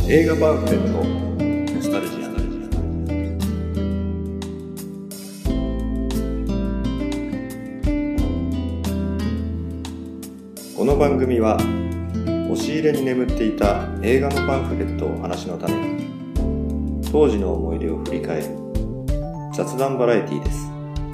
映画パンフレットノスタルジア。この番組は押し入れに眠っていた映画のパンフレットをお話のために当時の思い出を振り返る雑談バラエティです。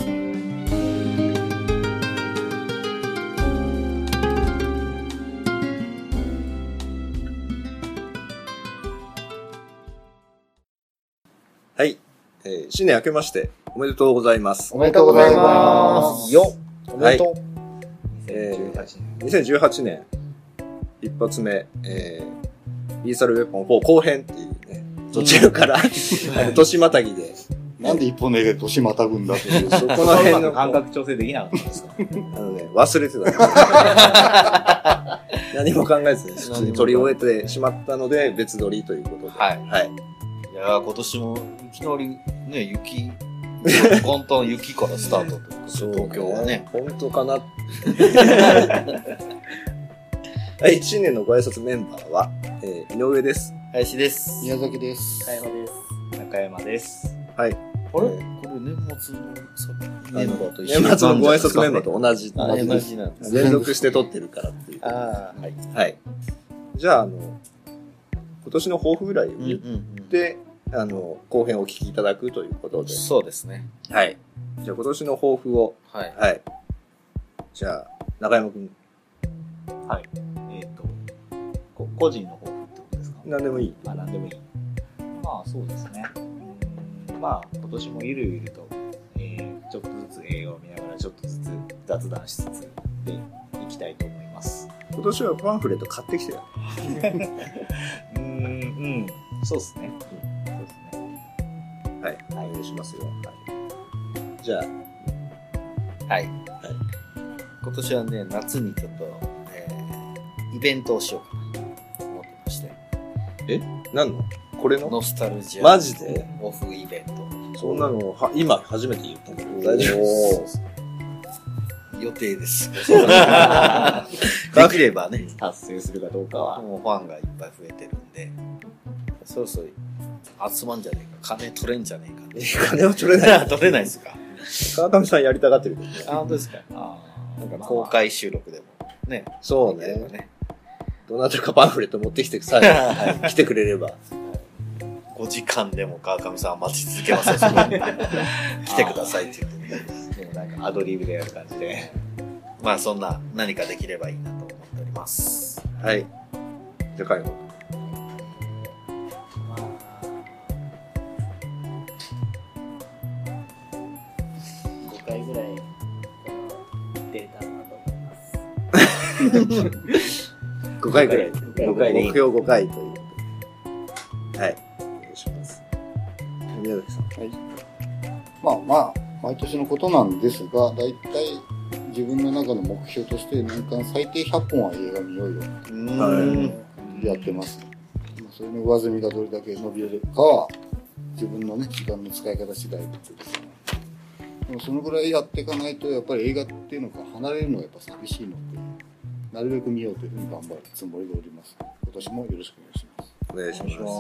はい、新年明けましておめでとうございます。 おめでとうございますよ。 おめでとう。 はい、2018年一発目、リーサルウェポン4後編っていうね、途中から年またぎでなんで一本の映画で年またぐんだっていうそこの辺の感覚調整できなかったんですか？ 忘れてた何も考えずに普通に撮り終えてしまったので別撮りということで、 はい、 はい、 いや今年もいきなりね雪簡単雪からスタートということで東京はね本当かなはい、1年のご挨拶メンバーは、井上です。 林です。 宮崎です。 海保です。中山です。 はい。 あれ、これ年末のメンバーと一緒年末のご挨拶メンバーと同じ同じなんです。 連続して撮ってるからっていう。 はい。 はい。じゃあ、今年の抱負ぐらいを言って、後編をお聞きいただくということで。 そうですね。 はい。じゃあ今年の抱負を。 はい。 はい。じゃあ、中山くん。 はい。個人の抱負ってことですか？ 何でもいい。 何でもいい。まあそうですね。まあ今年もゆるゆると、ちょっとずつ映画を見ながらちょっとずつ雑談しつつでいきたいと思います。 今年はパンフレット買ってきてよ。 そうですね。 はい。お願いしますよ。はい。じゃあ。 はい。今年はね、夏にちょっと、イベントをしようかなと思ってまして。 何の？これの？ ノスタルジア。 マジで？ オフイベント。 そんなの今初めて言ったんだけど大丈夫です。 予定です。できればね、 達成するかどうかは。 もうファンがいっぱい増えてるんで、そろそろ集まんじゃねえか、金取れんじゃねえか。 金は取れない。 取れないですか？ 川上さんやりたがってるけどね。 本当ですか？なんか公開収録でもね。 そうね。どなたかパンフレット持ってきて来てくれれば。 5時間でも川上さんは待ち続けますよ。そこに来てくださいって言って。 でもなんかアドリブでやる感じで。 まあそんな何かできればいいなと思っております。 はい。じゃあ、海保。 5回ぐらい出れたらなと思います。 5回ぐらい。 5回でいい。 目標5回という。はい。お願いします。宮崎さん。 はい。まあ、毎年のことなんですが、だいたい自分の中の目標として年間最低100本は映画見ようよやってます。それの上積みがどれだけ伸びるかは自分のね時間の使い方次第ですね。でもそのぐらいやっていかないとやっぱり映画っていうのが離れるのがやっぱ寂しいので、なるべく見ようというふうに頑張るつもりでおります。今年もよろしくお願いします。 お願いします。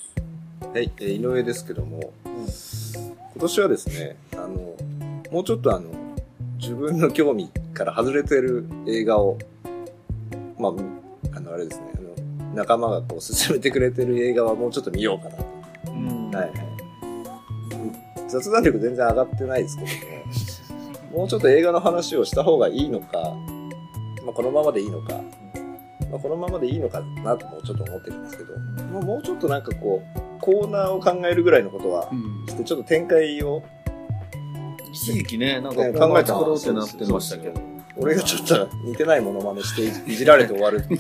はい、井上ですけども、今年はですね、もうちょっと自分の興味から外れてる映画を、まあ、あれですね、仲間がこう勧めてくれてる映画はもうちょっと見ようかなと。はい。雑談力全然上がってないですけども、もうちょっと映画の話をした方がいいのか、まあ、このままでいいのか、まあ、このままでいいのかなともちょっと思ってるんですけど、もうちょっとなんかこう、コーナーを考えるぐらいのことはして、ちょっと展開を、 一時期ね、なんか考えて作ろうってなってましたけど、 俺がちょっと似てないモノマネしていじられて終わるっていう。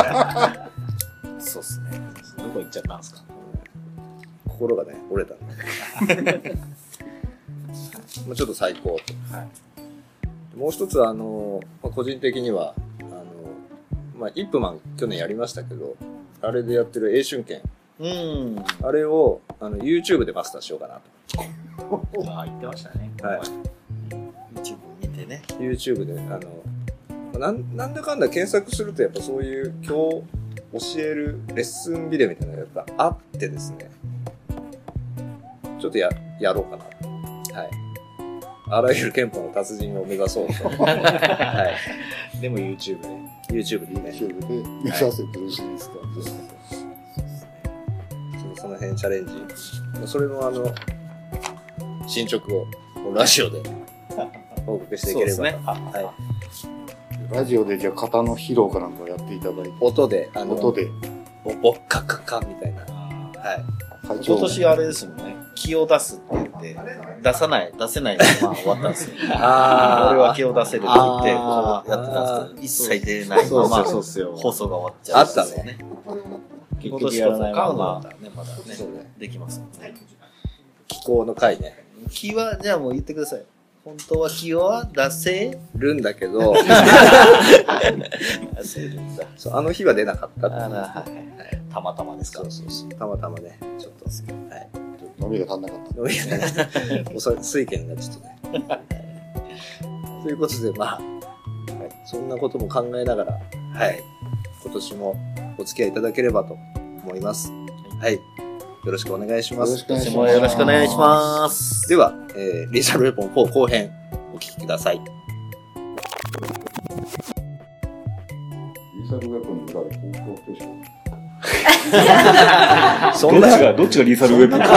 そうっすね。 どこ行っちゃったんですか？ 心がね、折れたね。まあちょっと最高と。はい、もう一つ個人的にはまあイップマン去年やりましたけど、あれでやってる英春拳、あれをYouTube でマスターしようかなと。 言ってましたね。 はい。 YouTube 見てね。 YouTube でなんだかんだ検索するとやっぱそういう教えるレッスンビデオみたいなのがやっぱあってですね、ちょっとやろうかなと。はい。あらゆる憲法の達人を目指そうと。はい。 でも YouTube で。 YouTube でね。 YouTube で目指せブルース・リースター。 その辺チャレンジ。それの進捗をラジオで報告していければと。 そうですね。 はラジオでじゃあ型の披露かなんかやっていただいて。 い。音で、 音で。 ボッカカカみたいな。はい。 会長今年あれですもんね。気を出すって言って、出せないまま終わったんですよ。 あ俺は気を出せるって言って、こうやってたんですけど、一切出ないままそうっすよ。 放送が終わっちゃう。 あったね。 結今年局やらない買うのままだったらね、まだそうねね、できますもんね。 気候の回ね。 気は、じゃあもう言ってください。本当は気は出せるんだけど、 出せるんだ。 そうあの日は出なかったっていう。 はい。たまたまですか。 そうそうそう。たまたまね、ちょっと、はい。 飲みが足んなかった。 飲みがね、水拳がちょっとね。はいということで、まあ、はい、そんなことも考えながら、はい、今年もお付き合いいただければと思います。はい。よろしくお願いします。 よろしくお願いします今年もよろしくお願いします。 では、リーサルウェポン4後編、お聞きください。 リーサルウェポンの裏で高校でしょ。 そんな、 どっちがリーサルウェポンか。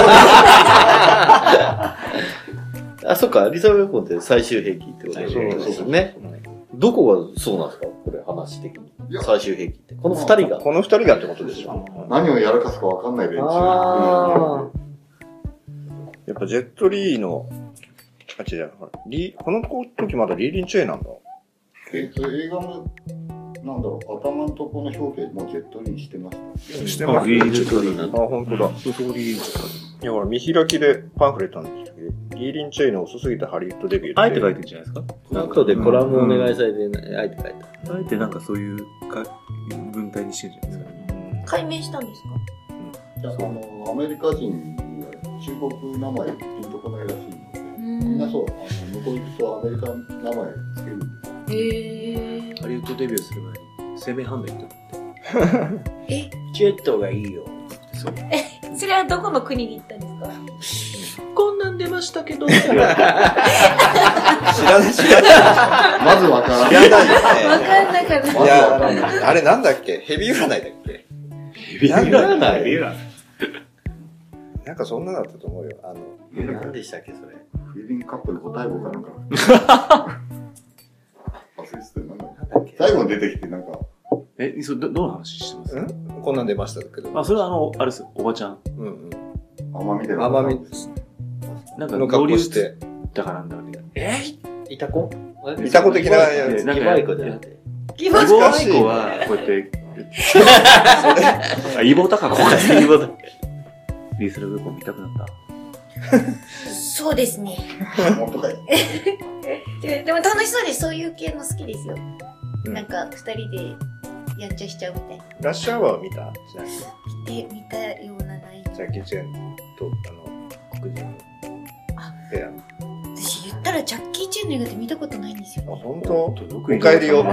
あ、そっか、リサルウェポンって最終兵器ってことですよね。どこがそうなんですかこれ話的に。最終兵器って。この二人が。 この二人がってことでしょ。 何をやらかすかわかんない連中。 やっぱジェットリーの、違う、この時まだリーリンチェイなんだ。 映画の、なんだろう、頭のとこの表記もジェットリーにしてました。 してます。 リーリンチェイあ、本当だ。 そう、そこリーリンチェイ。 いや、ほら、見開きでパンフレットなんですけど、リーリンチェイの遅すぎたハリウッドデビューあえて書いてるんじゃないですか。 後でコラムお願いされて、あえて書いた。 あえてなんかそういう文体にしてるんじゃないですか。 解明したんですか？ アメリカ人には中国名前ピンとこないらしいので、みんなそう、向こう行くとアメリカ名前つけるんですよ。 へハリウッドデビューする前に生命判断言ってえ、 ジェットがいいよ。 そう。 それはどこの国に行ったんですか？ こんなん出ましたけど。 知らない。 まずわからない。 知らないわかんなかった。 いや、あれなんだっけヘビ占いだっけビーラービーラーなんかそんなだったと思うよ。 何でしたっけ、それ。 フィーリングカップの答え棒かなんか。忘れてたよなんだっけ最後に出てきてなんか、 それどの話してますこんなん出ましたけど。 あ、それはあれですおばちゃん。 うんうん。 甘みで甘みなんかの格好して。 だからなんだろうね。 イタコイタコ的なやつ。 なんかギバイコじゃなくて。 気持ちイボアイコはこうやって、あ、イボタカコがイボタカ。リーサルウェポン見たくなった。 そうですね。 本当かい。 でも楽しそうです。そういう系の好きですよ。 うんなんか二人でやんちゃしちゃうみたいな。 ラッシュアワーを見たじゃなくて。 見たような内容。 ジャッキー・チェンと、黒人のペア。 私言ったらジャッキー・チェンの映画って見たことないんですよ。 あ、本当？ おお帰りよ。 だ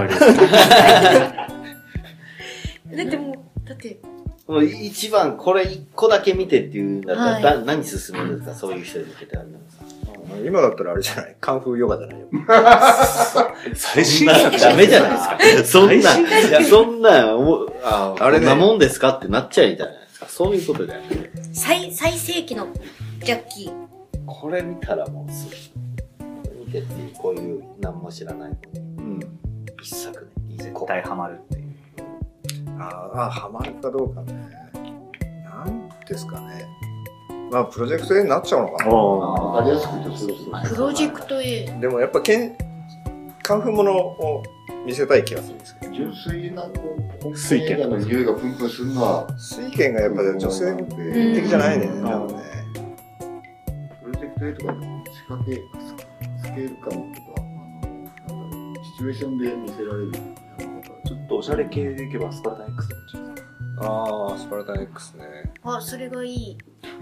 ってもう、だって、 もう一番これ一個だけ見てっていうんだったら、 はい何進むんですかそういう人に向けてあるのさ。 今だったらあれじゃないカンフーヨガじゃないよ。 最新ダメじゃないですか。そんな、いや、そんな、 あれねこんなもんですかってなっちゃいじゃないですか。そういうことだよね。 最盛期のジャッキー。 これ見たらもうすぐ。見てっていう、こういう何も知らないのに。一作ね。 絶対ハマるっていう。 ハマるかどうかね。なんですかね。まあ、プロジェクト A になっちゃうのかな。 わかりやすく言うとそうそう。 プロジェクト A。 でもやっぱカンフーものを見せたい気がするんですけど。 純粋な、本編映画の匂いがプンプンするのは、 水拳がやっぱ女性的じゃないね。多分ね。 プロジェクト A とかの仕掛け、スケール感とか、なんだろう、シチュエーションで見せられる。 ちょっとおしゃれ系でいけばスパルタン X なんじゃないですか。 ああ、スパルタン X ね。 あ、それがいい。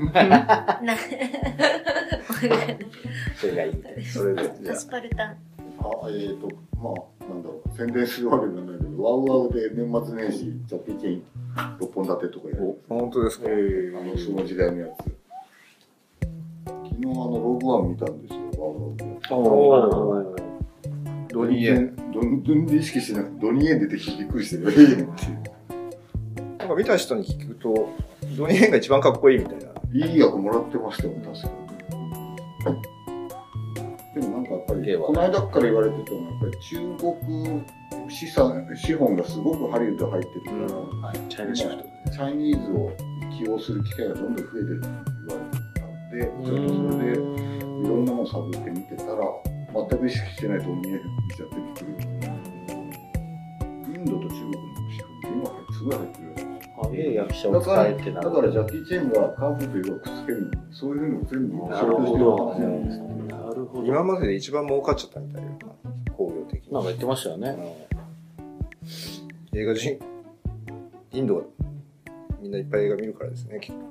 それがいいみたいな。 それで、じゃスパルタン。 まあ、なんだろう、宣伝するわけじゃないけど、ワウワウで年末年始、ジャッキー・チェン 6本立てとかやる。 本当ですか？ その時代のやつ。昨日ログワン見たんですよ、ワンログ。ドニエン。ドニで意識してなくて、ドニエン出てきてびっくりしてる。っていう。 なんか見た人に聞くと、ドニエンが一番かっこいいみたいな。 いい役もらってましたよ、確かに。でもなんかやっぱり、この間から言われてたのは、やっぱり中国資本がすごくハリウッド入ってるから、 チャイナシフト。 チャイニーズを起用する機会がどんどん増えてるって言われてたんで、ちょっとそれでいろんなものを探って見てたら、全く意識してないと見える見ちゃってきてる。インドと中国の資本って今すごい入ってるらしいです。 役者を使えてなだからジャッキー・チェンがカンフーというのをくっつけるのに、そういうのを全部消去してる話なんですよ。 なるほど。 今までで一番儲かっちゃったみたいな、工業的に。 なんか言ってましたよね。 映画人、インドはみんないっぱい映画見るからですね、きっと。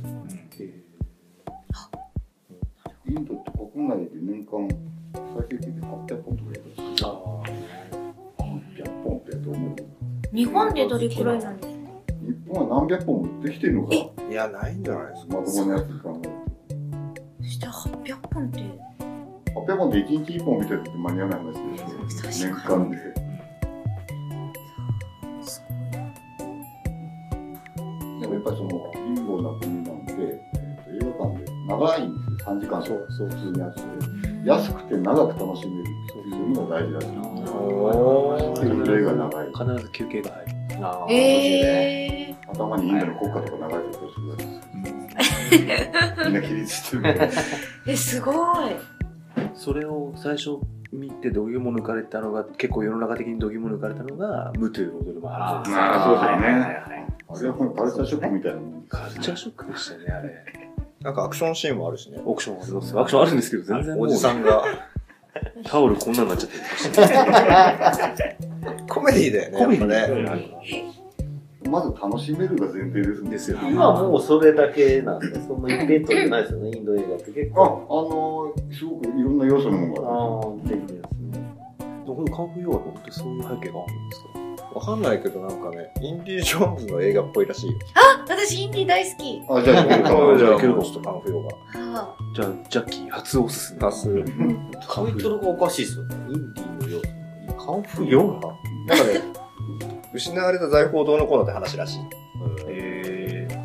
インドって国内で年間再生機で800本とかやるんですか？800本ってどう思う？ 日本でどれくらいなんですか？ 日本は何百本も売ってきてるのか？ いや、ないんじゃないですか。 まともなやつに考えるそして800本ってと。800本で1日1本見てるって間に合わない話ですよ。年間で。でもやっぱりその貧乏な国なんで、映画館で長いんですよ。3時間とか普通にやってて、安くて長く楽しめるっていうのが大事だと思う。インド映画長い。 必ず休憩が入る。 頭にインドの国歌とか流れてるとするわけですよ。みんな起立してる。 すごい。 それを最初見て度肝抜かれたのが、結構世の中的に度肝抜かれたのがムトゥー踊るマハラジです。 そうですよね。あれはカルチャーショックみたいなもん。 カルチャーショックでしたね、あれ。 なんかアクションシーンもあるしね。 オークションありますよ。アクションあるんですけど、全然おじさんが。 タオルこんなになっちゃってる。 コメディだよね。 コメディね。まず楽しめるが前提ですよね。 今はもうそれだけなんで、そんなイベントじゃないですよね、インド映画って結構。 すごくいろんな要素のものができるんですね。 カンフー映画って本当にそういう背景があるんですか？ わかんないけどなんかね、インディ・ジョーンズの映画っぽいらしいよ。 あ、私インディ大好き。 じゃあいけるかも。 じゃあいけるかも。ちょっとカンフー映あじゃあ、ジャッキー初おすすめ。 画。 タイトルがおかしいですよね。インディのようカンフー 4かなんかね、失われた財宝どうのこうのって話らしい。 だ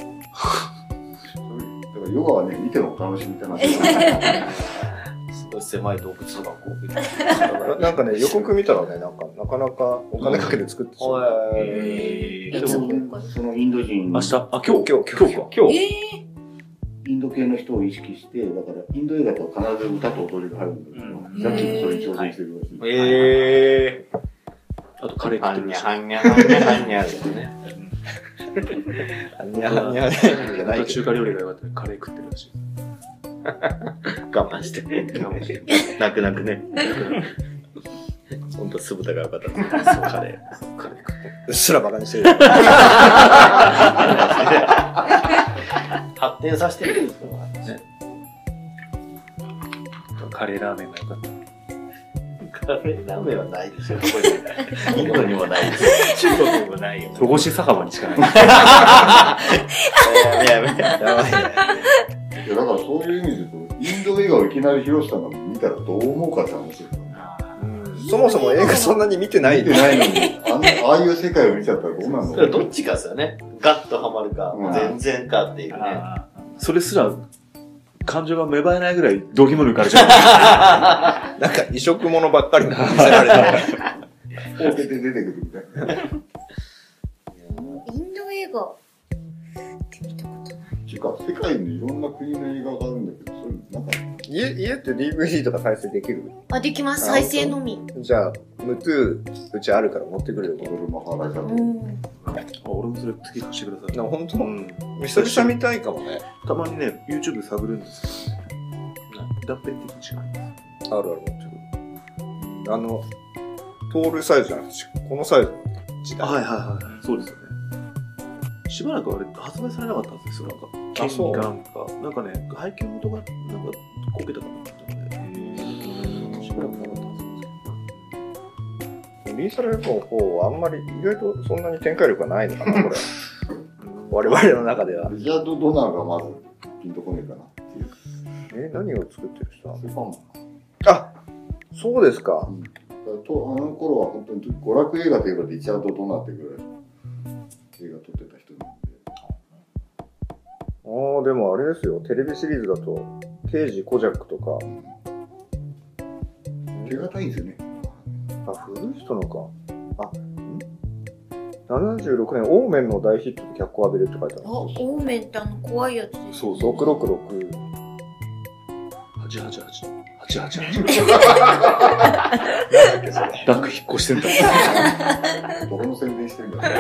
からヨガはね、見ても楽しみたいな。 すごい狭い洞窟とかこう。 なんかね、予告見たらね、なかなかお金かけて作ってそう。 いつ公開？ そのインド人、 明日、今日。 インド系の人を意識して、だからインド映画とは必ず歌と踊りが入るんだけど、ジャッキーもそれに挑戦してるらしい。 あとカレー食ってるらしい。 はんにゃはんにゃはんにゃですね。 はんにゃはんにゃじゃないけど。 中華料理が良かったらカレー食ってるらしい。 我慢して。泣く泣くね。ほんと酢豚が良かったです。カレー。カレー食って。 うっすらバカにしてる。 発展させてるんですよ。 カレーラーメンが良かった。 カレーラーメンはないですよ。インドにもないですよ。中国にもないよ。 戸越酒場にしかない。 やばい。 いや、だからそういう意味で言うと、インド映画をいきなり広瀬さんが見たらどう思うかって話ですよね。 そもそも映画そんなに見てない。 見てないのに、ああいう世界を見ちゃったらどうなの？ どっちかですよね。ガッとハマるか、全然かっていうね。 それすら、感情が芽生えないぐらい度肝抜かれちゃなんか異色物ばっかり見せられてる。 大けて出てくるみたいな。 インド映画って見たことない。 っていうか、世界にいろんな国の映画があるんだけど、そういうなんか家って DVD とか再生できる？ あ、できます。再生のみ。 じゃあ、ムトゥー、うちあるから持ってくるよ。 踊るマハラジャ俺もそれ次貸してください。 本当？久々見たいかもね。 たまにね、YouTube 探るんですけど、断片的にしかない。 ある持ってくる。トールサイズじゃなくて、このサイズの時代。 はい。そうですよね。しばらくあれ発売されなかったんですよ。なんか、権利かなんかね、配給元がなんかこけたかなと思って。しばらくなかったんですよ。 リーサルウェポン4はあんまり意外とそんなに展開力がないのかな、これ。我々の中では。 リチャード・ドナーがまずピンとこねえかなっていう。 何を作ってる人なの？ スーパーマン。 あ、そうですか。 あの頃は本当に娯楽映画といえばリチャード・ドナーってぐらい映画撮ってた人なんで。 ああ、でもあれですよ、テレビシリーズだと、刑事コジャックとか。 手堅いんですよね。 あ、古い人のか。76年、オーメンの大ヒットで脚光浴びるって書いてある。 オーメンって怖いやつです。 そうそう。 666。 888。 なんだっけそれ。 ダック引っ越してんだ。 どこの宣伝してるんだろう。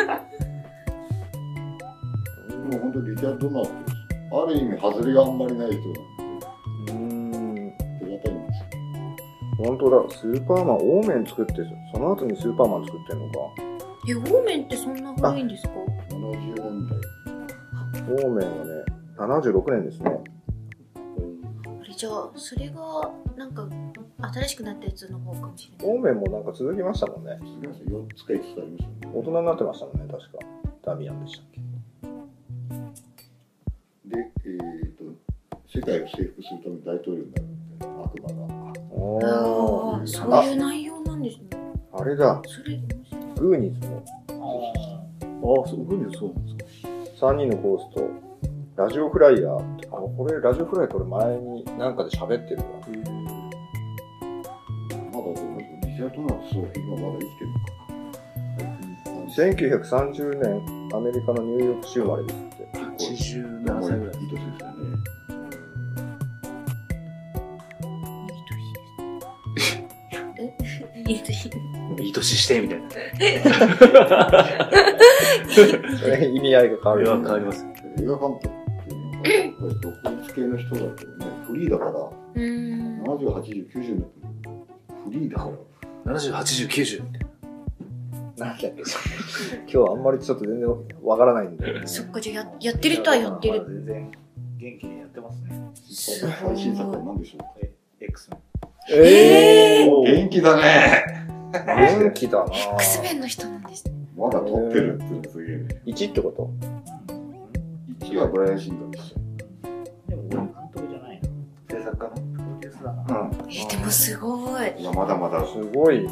でも本当にリチャード・ドナーって、ある意味外れがあんまりない人なんで、手堅いんですよ。 本当だ、スーパーマン、オーメン作って、その後にスーパーマン作ってんのか。 オーメンってそんな古いんですか 70年代。 オーメンはね、76年ですね。 じゃあ、それが、なんか、新しくなったやつの方かもしれない。 オーメンもなんか続きましたもんね。 4つか5つありますよね。 大人になってましたもんね、確か。ダミアンでしたっけ。 で、世界を征服するために大統領になるみたいな悪魔が。 ああ、そういう内容なんですね。 あれだ、 それ、 グーニーズのああ、そう、グニューそうなんですか。 3人のゴースト、ラジオフライヤーって、これラジオフライヤーこれ前になんかで喋ってるわ。 まだでも、リチャード・ドナーってそう、今まだ生きてるのかな。 1930年、アメリカのニューヨーク州生まれですって。 87歳ぐらい。 いい年ですよね。 いい年。 いい年してみたいな。 それ意味合いが変わる。 変わります。 映画監督っていうのが、やっぱり独立系の人だとね、フリーだから、70、80、90になってフリーだから。 70、80、90みたいな。 なんだっけ、今日あんまりちょっと全然わからないんで。 そっか、じゃあやってる人はやってる。 全然元気にやってますね。 最新作は何でしょうか。 X メン。 元気だね。 元気だな。 X メンの人なんですね。 まだ撮ってるっていうのすげえね。 1ってこと？ 1はブライアン・シンガーでした。 でも監督じゃないな。制作家のプロデュースだな。 でもすごい。 いや、まだまだ。 すごいな。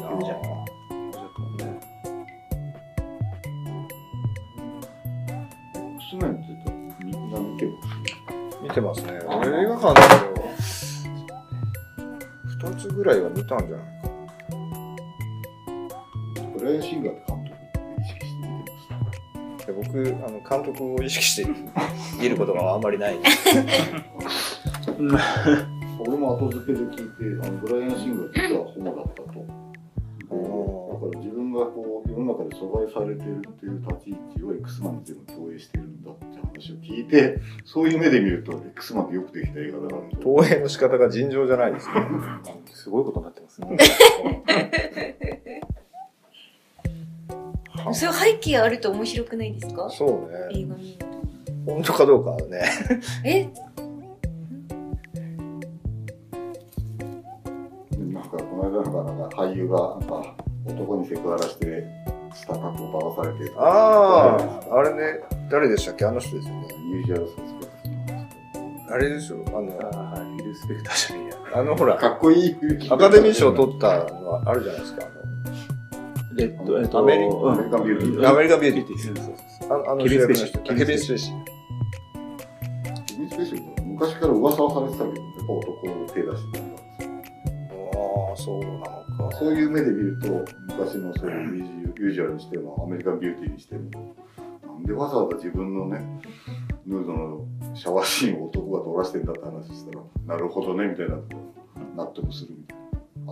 X メンって言うとみんな見てます。 見てますね。俺映画館だけど、2つぐらいは見たんじゃないか。 ブライアン・シンガーって監督って意識して見てました。 僕、監督を意識して見ることがあんまりない。 俺も後付けで聞いて、ブライアン・シンガー実はホモだったと。だから自分がこう世の中で阻害されてるっていう立ち位置を X マンに全部投影してるんだって話を聞いて、そういう目で見ると X マンってよくできた映画だなと。 投影の仕方が尋常じゃないですね。 すごいことになってますね。 そういう背景あると面白くないですか？ そうね。 映画見ると。 本当かどうかはね。 なんかこの間なんか俳優がなんか男にセクハラしてした格好をばらされて、 ああれね、誰でしたっけ？あの人ですよね。 ユージュアルサスペクツあれでしょ、 フィル・スペクターじゃねえや。 ほら、 かっこいいアカデミー賞を取ったのはあるじゃないですか。 アメリカンビューティー。 アメリカンビューティー。 ケビン・スペーシー。 ケビン・スペーシー。 ケビン・スペーシーって昔から噂はされてたけど、やっぱ男を手出してたんだ。 ああ、そうなのか。 そういう目で見ると、昔のそういうユージュアルにしても、アメリカンビューティーにしても、なんでわざわざ自分のね、ヌードのシャワーシーンを男が撮らしてんだって話したら、なるほどね、みたいな、納得するみたいな。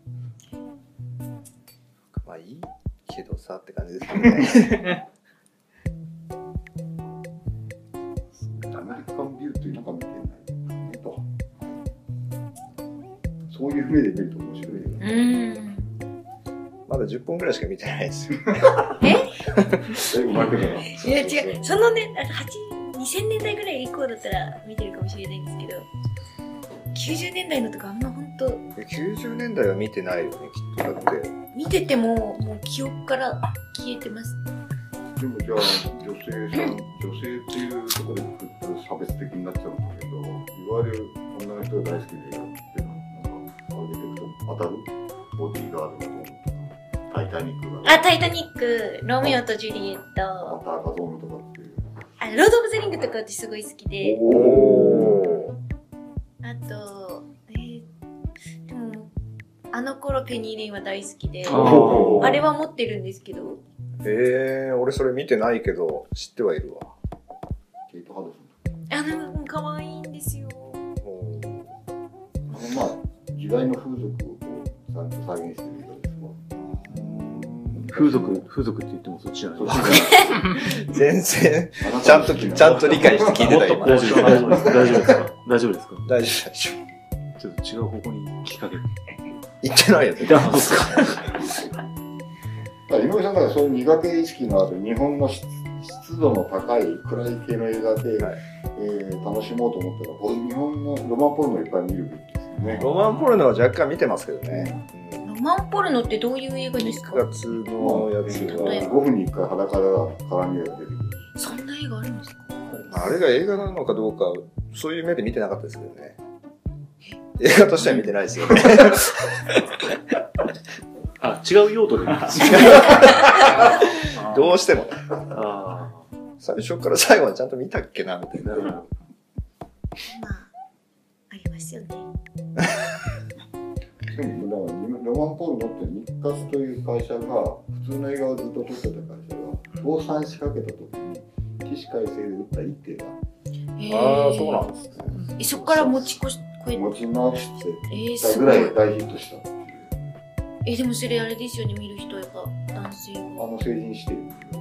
まあいいけどさって感じですね。 アメリカンビューティーなんか見てないと。そういう目で見ると面白いよね。 まだ10本ぐらいしか見てないですよ。 うまくない。 いや違う、そのね、2000年代ぐらい以降だったら見てるかもしれないんですけど、90年代のとかあんまほんと。 90年代は見てないよね、きっと。だって。 見ててももう記憶から消えてます。 でもじゃあ女性っていうところで差別的になっちゃうんだけど、いわゆる女の人が大好きでやってなんか上げていくと当たる？ボディーガードがどうとか、タイタニックが。 タイタニック、ロミオとジュリエット、 また赤ゾーンとかっていう。 ロード・オブ・ザ・リングとか私すごい好きで、 おあと、でも、あの頃ペニー・レインは大好きで、 ーあれは持ってるんですけど、 俺それ見てないけど、知ってはいるわ。 ケイト・ハドソン。 可愛いんですよ。 まあ、時代の風俗をちゃんと再現してる映画ですわ。 風俗って言ってもそっちじゃない全然、ちゃんと理解して聞いてた今。 大丈夫ですか？ 大丈夫。 ちょっと違う方向に聞きかける。 言ってないやつ。 そうですか。 井上さんがそういう苦手意識のある日本の湿度の高い暗い系の映画で、楽しもうと思ったら、こう日本のロマンポルノをいっぱい見るべきですよね。 ロマンポルノは若干見てますけどね。 ロマンポルノってどういう映画ですか？ 1月のやつは、 5分に1回裸が絡みが出てくる。 そんな映画あるんですか？ あれが映画なのかどうか、そういう目で見てなかったですけどね。映画としては見てないですよね。 違う用途で。 どうしてもね。 あ最初から最後までちゃんと見たっけなみたいな。 まあ、ありますよね。 でもロマンポルノって日活という会社が普通の映画をずっと撮ってた会社が倒産しかけた時に起死回生で打った一手がそうなんですね。 そこから持ち直してたぐらい大ヒットしたっていう。 でもそれあれですよね、見る人はやっぱ男性は成人してる。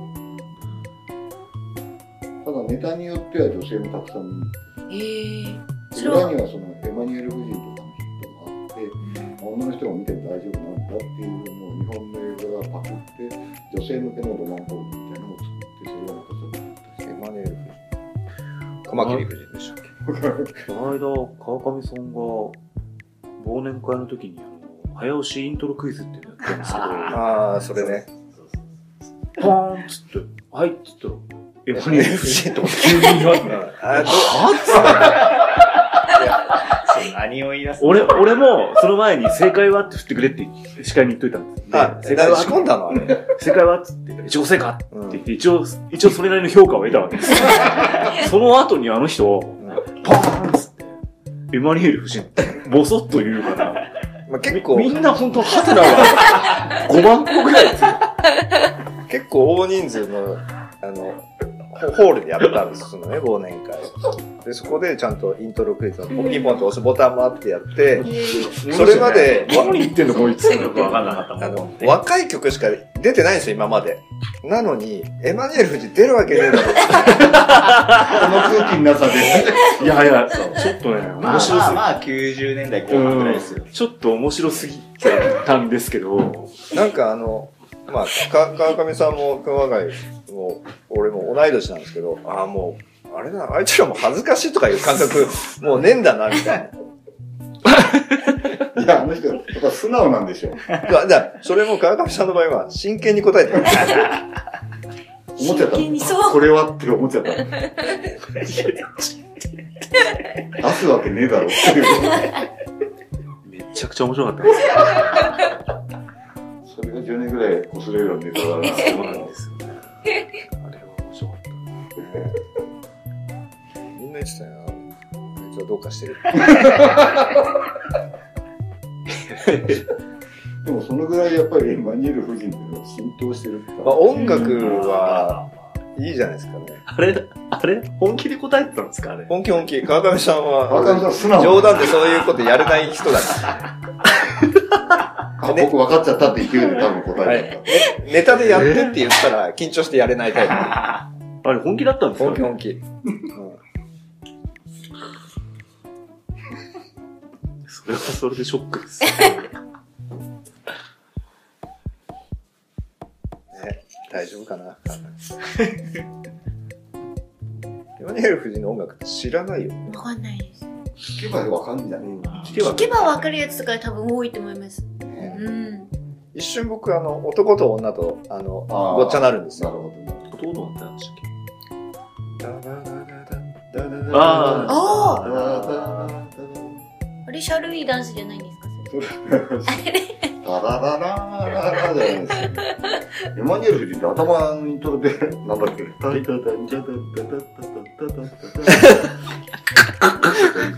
ただネタによっては女性もたくさん見る。 それは裏にはそのエマニュエル夫人とかのヒットがあって、女の人が見ても大丈夫なんだっていうのを日本の映画がパクって女性向けのロマンポルノみたいなのを作って、それがまたちょっとヒットして。 エマニュエル夫人。カマキリ夫人でしたっけ？ この間、川上さんが忘年会の時に早押しイントロクイズっていうのやってるんですけど、 それね。 ポーンっつって、はいっつったら、エマニュエル夫人とか急に言われて、 何を言い出す俺もその前に正解はって振ってくれって司会に言っといたんですよ。 正解は仕込んだのあれ。 正解はっつって、一応正解って言って、一応それなりの評価を得たわけですよ。その後にあの人、パーンっつって、エマニュエル夫人ってボソッと言うから、 結構みんな本当ハテナが5万個ぐらいですよ。 結構大人数のホールでやったんですよね、忘年会で。そこでちゃんとイントロクイズのピンポンと押すボタンもあってやって、それまで何言ってんのこいつ。 よくわかんなかったもん。 若い曲しか出てないんですよ、今まで。なのにエマニュエル夫人出るわけねえだろ。この空気の中でいやちょっとね、面白すぎ。 まあ90年代後半ぐらいですよ。 ちょっと面白すぎたんですけど、 なんか川上さんも熊谷も俺も同い年なんですけど、もうあれだ、あいつらも恥ずかしいとかいう感覚もうねえんだなみたいな。 いや、あの人やっぱ素直なんでしょ。 それも川上さんの場合は真剣に答えてる。 思っちゃった。これはって思っちゃった。出すわけねえだろっていう。 めちゃくちゃ面白かったです。 それが10年ぐらい擦れるようなネタだな。 そうなんですよね。あれは面白かった。 みんな言ってたよな。あいつはどうかしてる。 でもそのぐらいやっぱりエマニュエル夫人っていうのは浸透してるって。 音楽はいいじゃないですかね。 あれ本気で答えてたんですかあれ。 本気。川上さんは川上さん素直。 冗談でそういうことやれない人だから。 僕分かっちゃったって勢いで多分答えた。 ネタでやってって言ったら緊張してやれないタイプ。 あれ本気だったんですか？ 本気。 それはそれでショックです。 大丈夫かな。エマニュエル夫人の音楽って知らないよ。 わかんないです。 聞けば分かんじゃねえ。 聞けば分かるやつとか多分多いと思います。 い一瞬僕、男と女と、ごっちゃなるんですよ。 なるほどね。 どうなんて話だっけ？ あああれシャルウィーダンスじゃないんですかそれ。 タラララララじゃないですよ。エマニュエル夫人って頭のイントロで、なんだっけ、タイタタンジャタンタタタタタタタ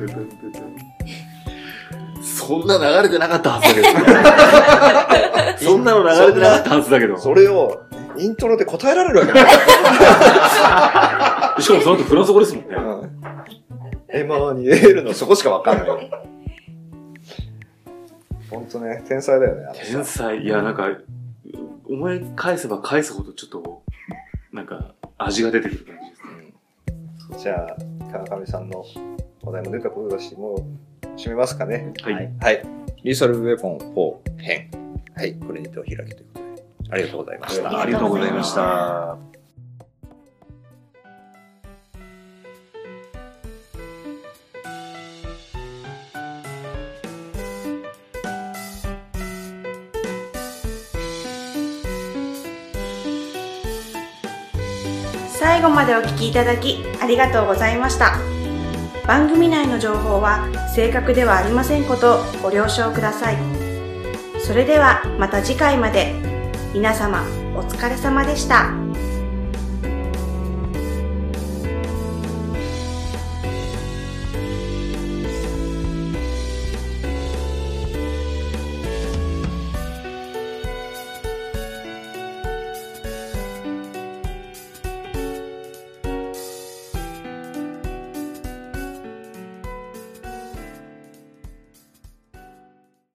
そんな流れてなかったはずだけど。そんなの流れてなかったはずだけど。 それを、イントロで答えられるわけない。 しかもその後フランス語ですもんね。 エマニュエルのそこしかわかんない。ほんとね、天才だよね。 天才。いや、なんか、思い返せば返すほどちょっと、なんか、味が出てくる感じですね。 じゃあ、川上さんの話題も出たことだし、もう、締めますかね。 はい。 はい。リーサルウェポン4編。はい。これにてお開きということで。ありがとうございました。 ありがとうございました。 最後までお聞きいただきありがとうございました。番組内の情報は正確ではありませんことをご了承ください。それではまた次回まで。皆様お疲れ様でした。